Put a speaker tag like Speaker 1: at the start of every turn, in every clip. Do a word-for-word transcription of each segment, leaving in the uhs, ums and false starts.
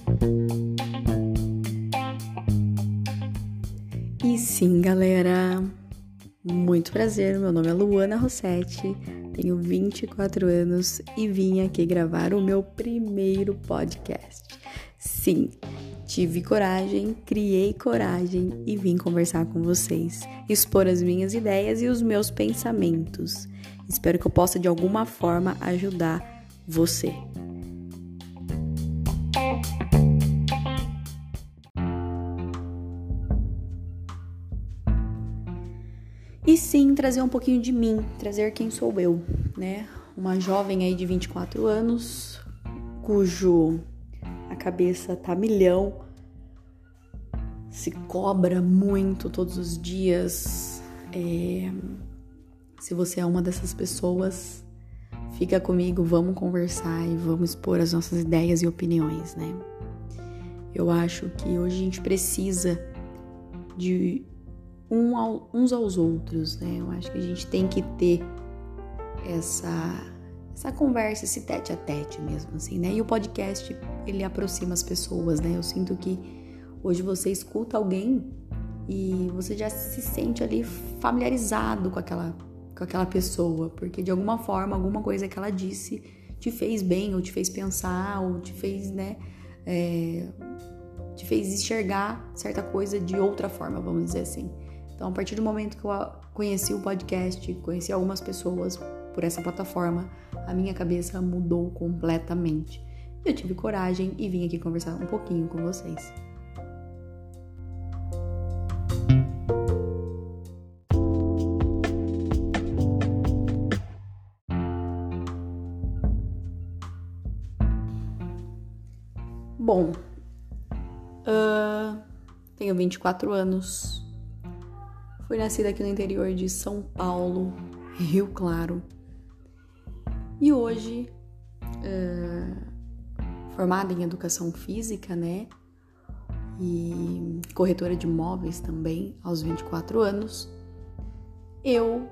Speaker 1: E sim, galera, muito prazer, meu nome é Luana Rossetti, tenho vinte e quatro anos e vim aqui gravar o meu primeiro podcast. Sim, tive coragem, criei coragem e vim conversar com vocês, expor as minhas ideias e os meus pensamentos. Espero que eu possa de alguma forma ajudar você. E sim, trazer um pouquinho de mim, trazer quem sou eu, né? Uma jovem aí de vinte e quatro anos, cujo a cabeça tá milhão, se cobra muito todos os dias. É... Se você é uma dessas pessoas, fica comigo, vamos conversar e vamos expor as nossas ideias e opiniões, né? Eu acho que hoje a gente precisa de um ao, uns aos outros, né? Eu acho que a gente tem que ter essa, essa conversa, esse tete a tete mesmo, assim, né? E o podcast, ele aproxima as pessoas, né? Eu sinto que hoje você escuta alguém e você já se sente ali familiarizado com aquela, com aquela pessoa, porque de alguma forma, alguma coisa que ela disse te fez bem, ou te fez pensar, ou te fez, né? É, te fez enxergar certa coisa de outra forma, vamos dizer assim. Então, a partir do momento que eu conheci o podcast, conheci algumas pessoas por essa plataforma, a minha cabeça mudou completamente. Eu tive coragem e vim aqui conversar um pouquinho com vocês. Bom, uh, tenho vinte e quatro anos. Fui nascida aqui no interior de São Paulo, Rio Claro. E hoje, uh, formada em educação física, né? E corretora de imóveis também, aos vinte e quatro anos, eu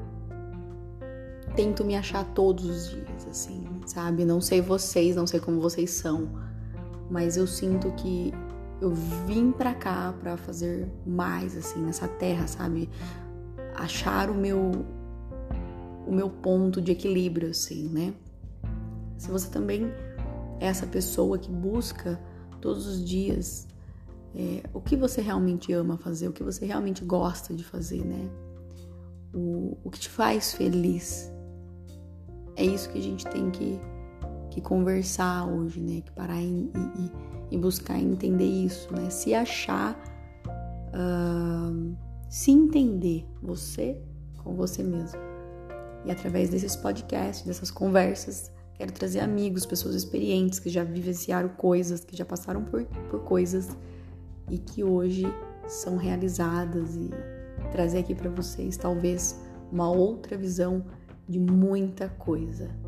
Speaker 1: tento me achar todos os dias, assim, sabe? Não sei vocês, não sei como vocês são, mas eu sinto que eu vim pra cá pra fazer mais, assim, nessa terra, sabe? Achar o meu, o meu ponto de equilíbrio, assim, né? Se você também é essa pessoa que busca todos os dias é, o que você realmente ama fazer, o que você realmente gosta de fazer, né? O, o que te faz feliz. É isso que a gente tem que, que conversar hoje, né? Que parar e, e, e buscar entender isso, né? Se achar, uh, se entender você com você mesmo. E através desses podcasts, dessas conversas, quero trazer amigos, pessoas experientes que já vivenciaram coisas, que já passaram por, por coisas e que hoje são realizadas, e trazer aqui para vocês talvez uma outra visão de muita coisa.